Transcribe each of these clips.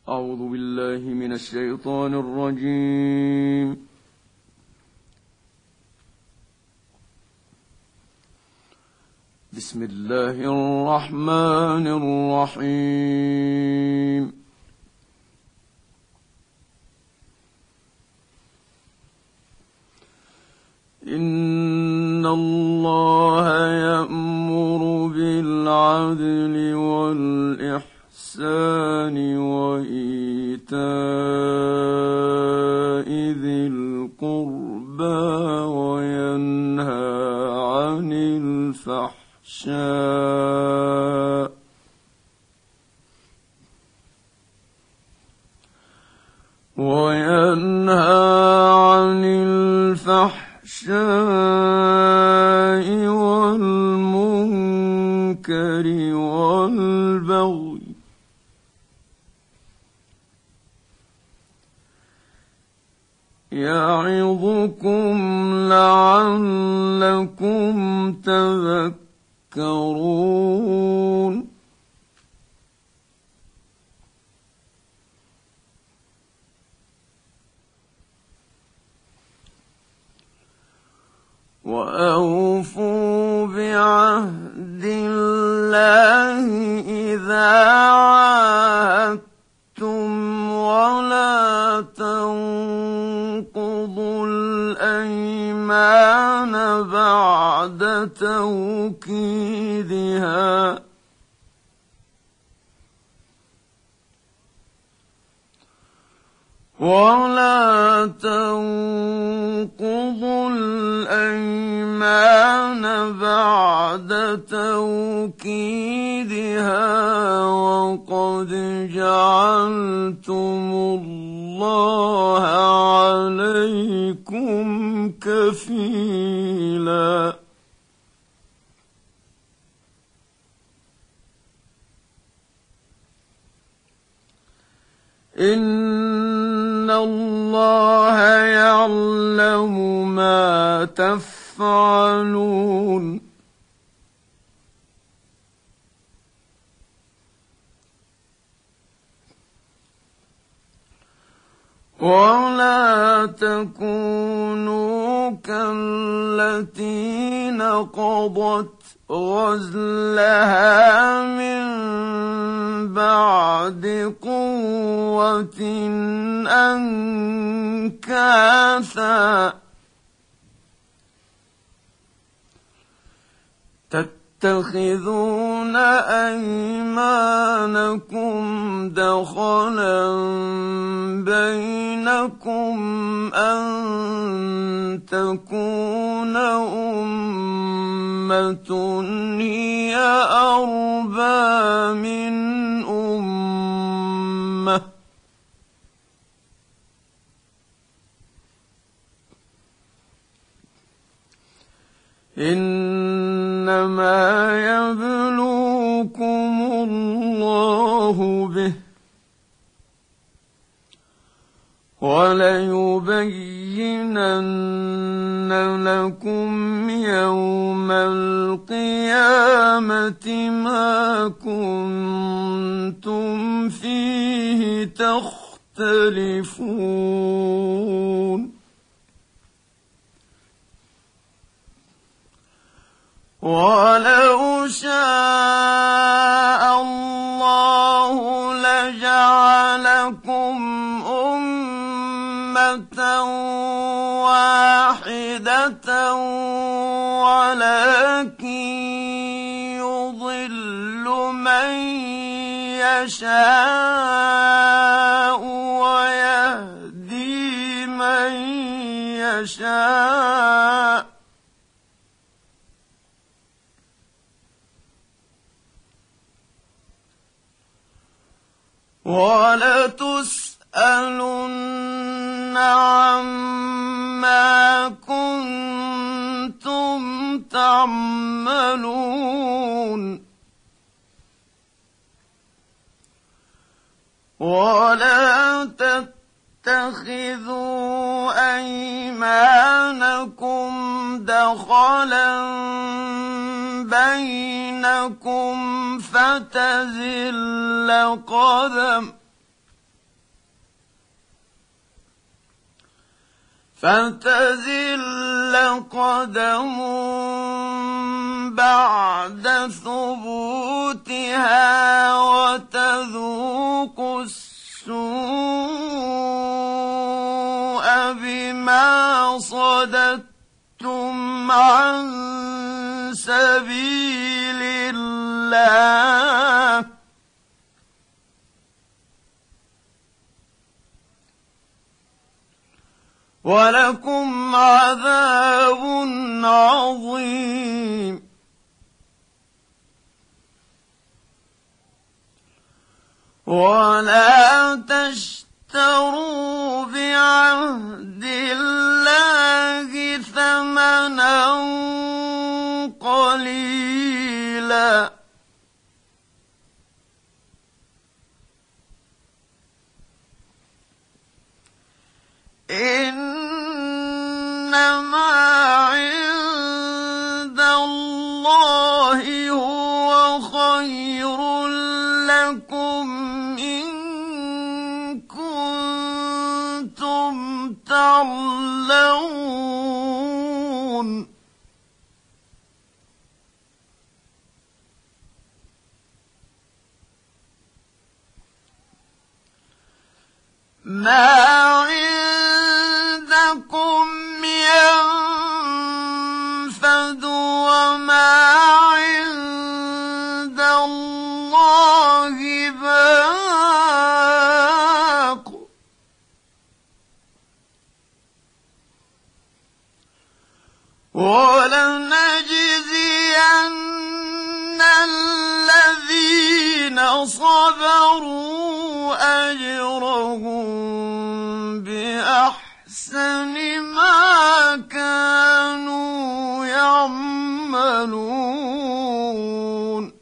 أعوذ بالله من الشيطان الرجيم. بسم الله الرحمن الرحيم. إن الله يأمر بالعدل والإحسان وإيتاء ذي القربى وينهى عن الفحشاء والمنكر والبغي يعظكم لعلكم تذكرون. وأوفوا بعهد الله إذا عاهدتم ولا تنقضوا الأيمان بعد توكيدها وقد جعلتم الله عليكم كفيلا. إن الله يعلم ما تفعلون. ولا تكونوا كالتي نقضت غزلها من بعد قوة أنكاثا تتخذون أيمانكم دخلا بينكم أن تكون أمة هي أربى من أمة إنما يبلوكم الله به وليبينن لكم يوم القيامة ما كنتم فيه تختلفون. ولو شاء الله لجعلكم أمة واحدة ولكن يضل من يشاء ويهدي من يشاء ولتسألن عما كنتم تعملون. ولا تتخذوا أيمانكم دخلا بينكم فتزل قدم فتزل قدم بعد ثبوتها وتذوق السوء بما صددتم عن سبيل الله ولكم عذاب عظيم ولا تشتروا بعهد الله ثمنا قليلا إنما عند الله هو خير لكم إن كنتم تعلمون ما عندكم ينفد وما عند الله باق ولنجزين الذين صبروا أجرهم بأحسن ما كانوا يعملون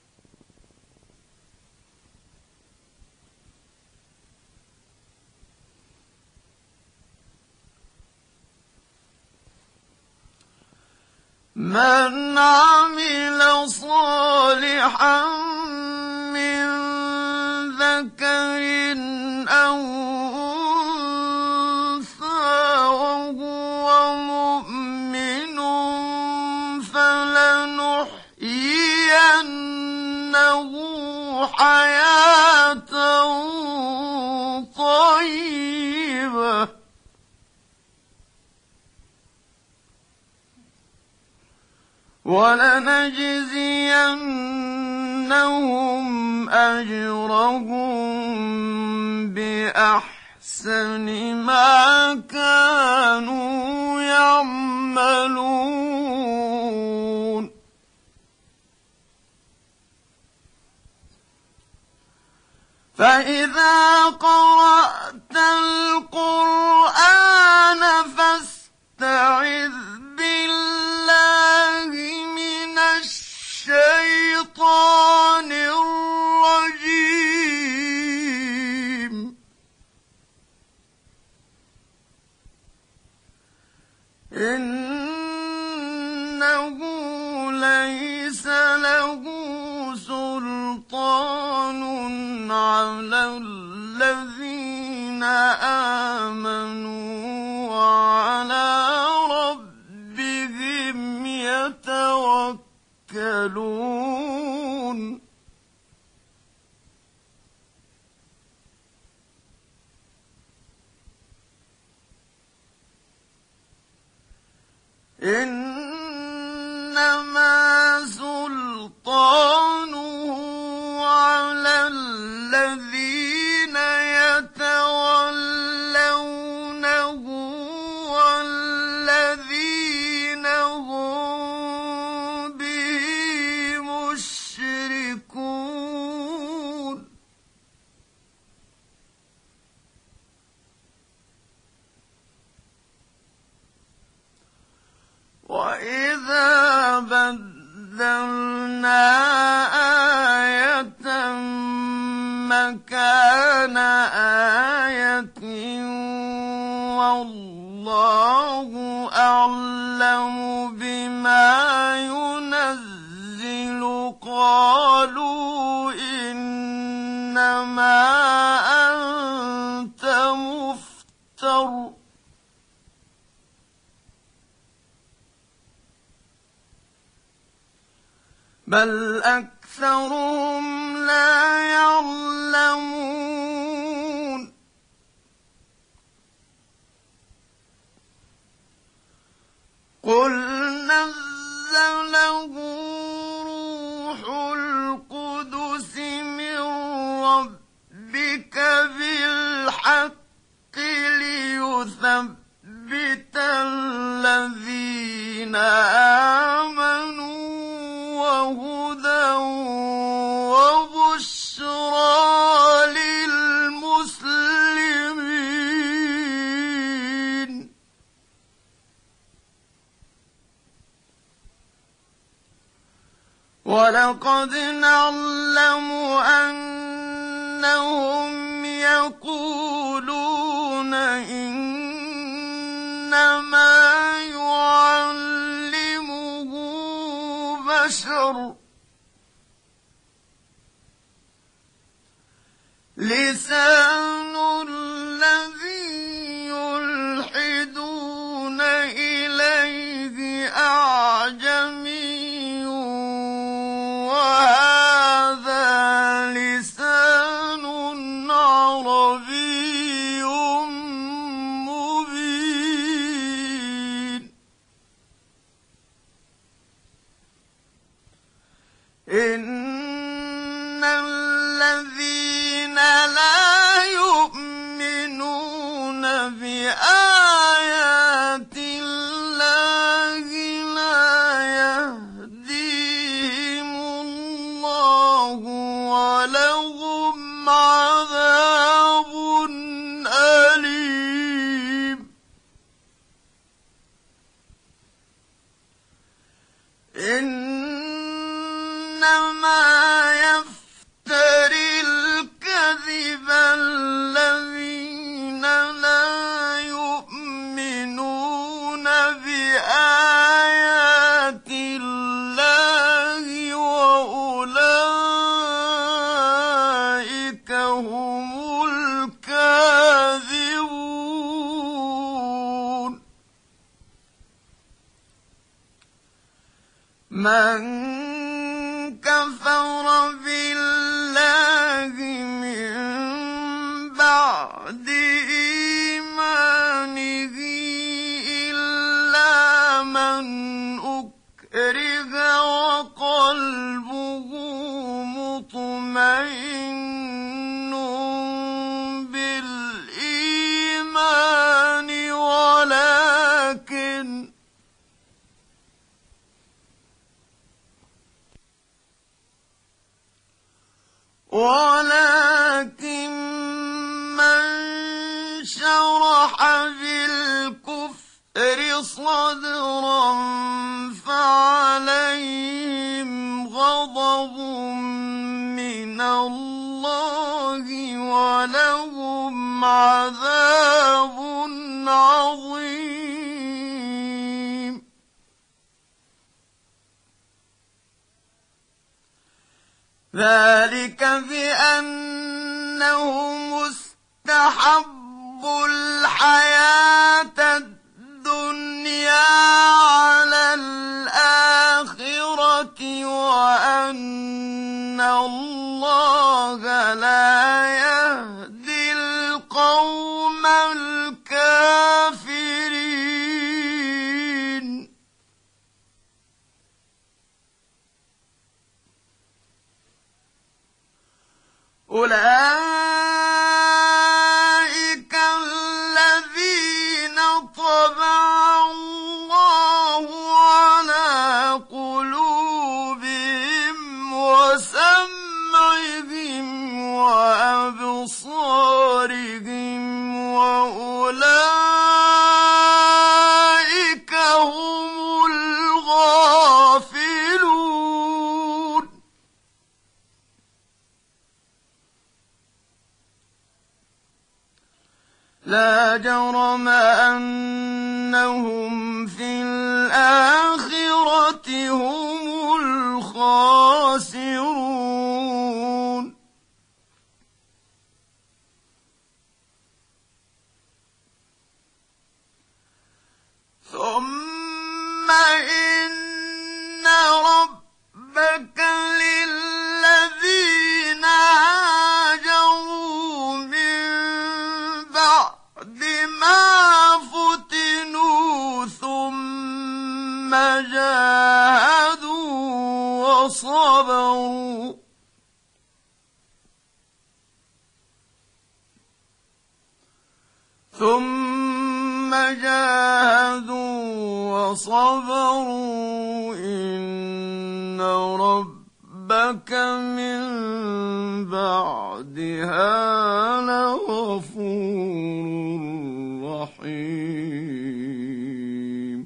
من عمل صالحا من ذكر أو أنثى وهو مؤمن فلنحيينه حياة طيبة ولنجزينهم أجرهم بأحسن ما كانوا يعملون فإذا قرأت القرآن فاستعذ بالله من الشيطان الرجيم إنه ليس له سلطان على الذين آمنوا وعلى ربهم يتوكلون إنما سلطانه على الذين يتولونه والذين هم به مشركون وإذا بدلنا آية مكان آية والله أعلم بما ينزل قالوا إنما أنت مفتر بل أكثرهم لا يعلمون قل نزله روح القدس من ربك بالحق ليثبت الذين آمنوا وهدى وبشرى للمسلمين ولقد نعلم أنهم يقولون إنما يعلمه بشر لسان الذي يلحدون إليه أعجمي وهذا لسان عربي مبين إن الذين لا يؤمنون بآيات الله لا يهديهم الله ولهم عذاب أليم إنما يفتري الكذب الذين لا يؤمنون بآيات الله وأولئك هم الكاذبون من كفر بالله من بعد إيمانه إلا من أكره وقلبه مطمئن بالإيمان ولكن من شرح بالكفر صدرا فعليهم غضب من الله ولهم عذاب عظيم ذلك بأنهم استحبوا الحياة الدنيا على الآخرة وأن الله لا يهدي القوم الكافرين أولئك الذين طبع الله على قلوبهم وسمعهم وأبصارهم وأولئك هم الغافلون لا جرم أنهم في الآخرة هم الخاسرون ثم إن ربك ثم جاهدوا وصبروا إن ربك من بعدها لغفور رحيم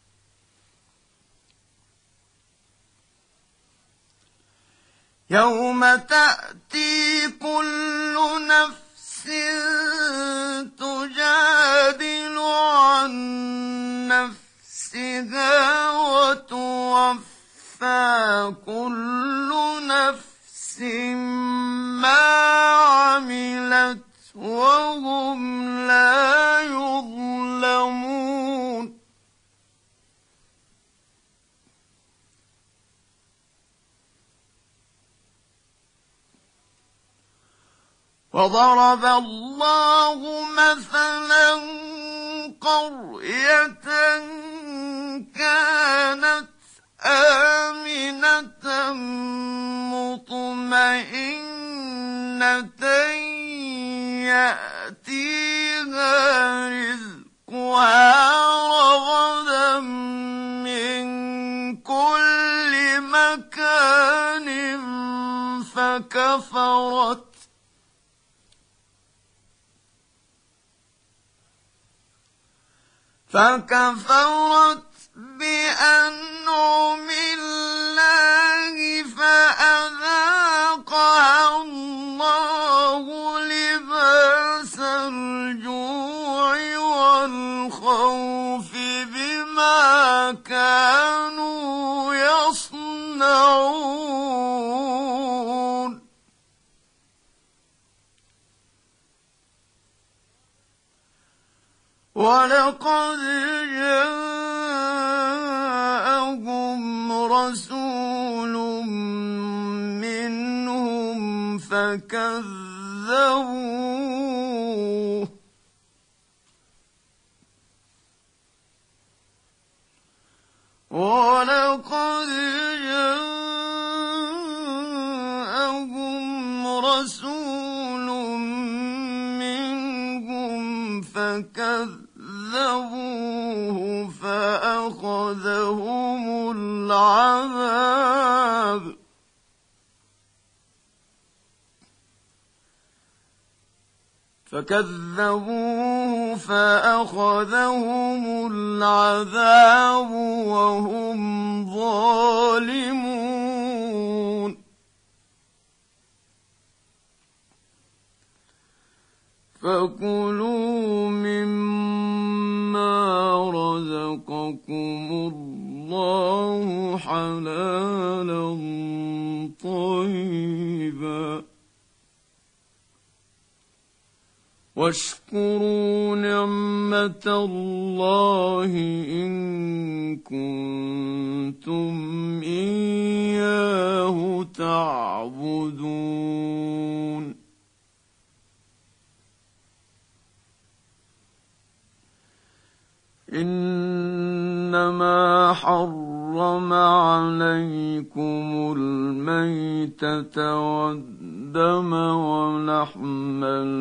يوم تأتي كل نفس تجادل عن نفسها وتوفى كل نفس ما عملت وهم لا يظلمون وضرب الله مثلا قرية كانت آمنة مطمئنة يأتيها رزقها رغدا من كل مكان فكفرت بأنعم الله فأذاقها الله لباس الجوع والخوف بما كانوا يصنعون ولقد جاءهم رسول منهم فكذبوه ولقد جاءهم رسول منهم فكذبوه فأخذهم العذاب وهم ظالمون فكلوا مما رزقكم الله حلالا طيبا واشكروا نعمة الله إن كنتم إياه تعبدون إنما حرم عليكم الميتة والدم ولحم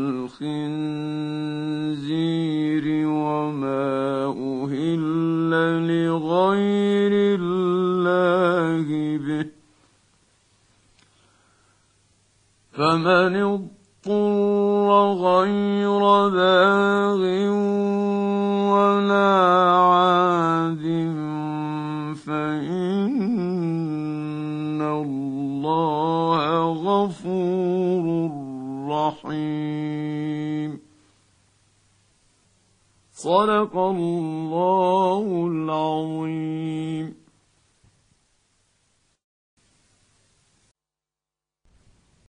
الخنزير وما أهل لغير الله به فمن اضطر غير باغ ولا عاد فإن الله غفور رحيم صدق الله العظيم.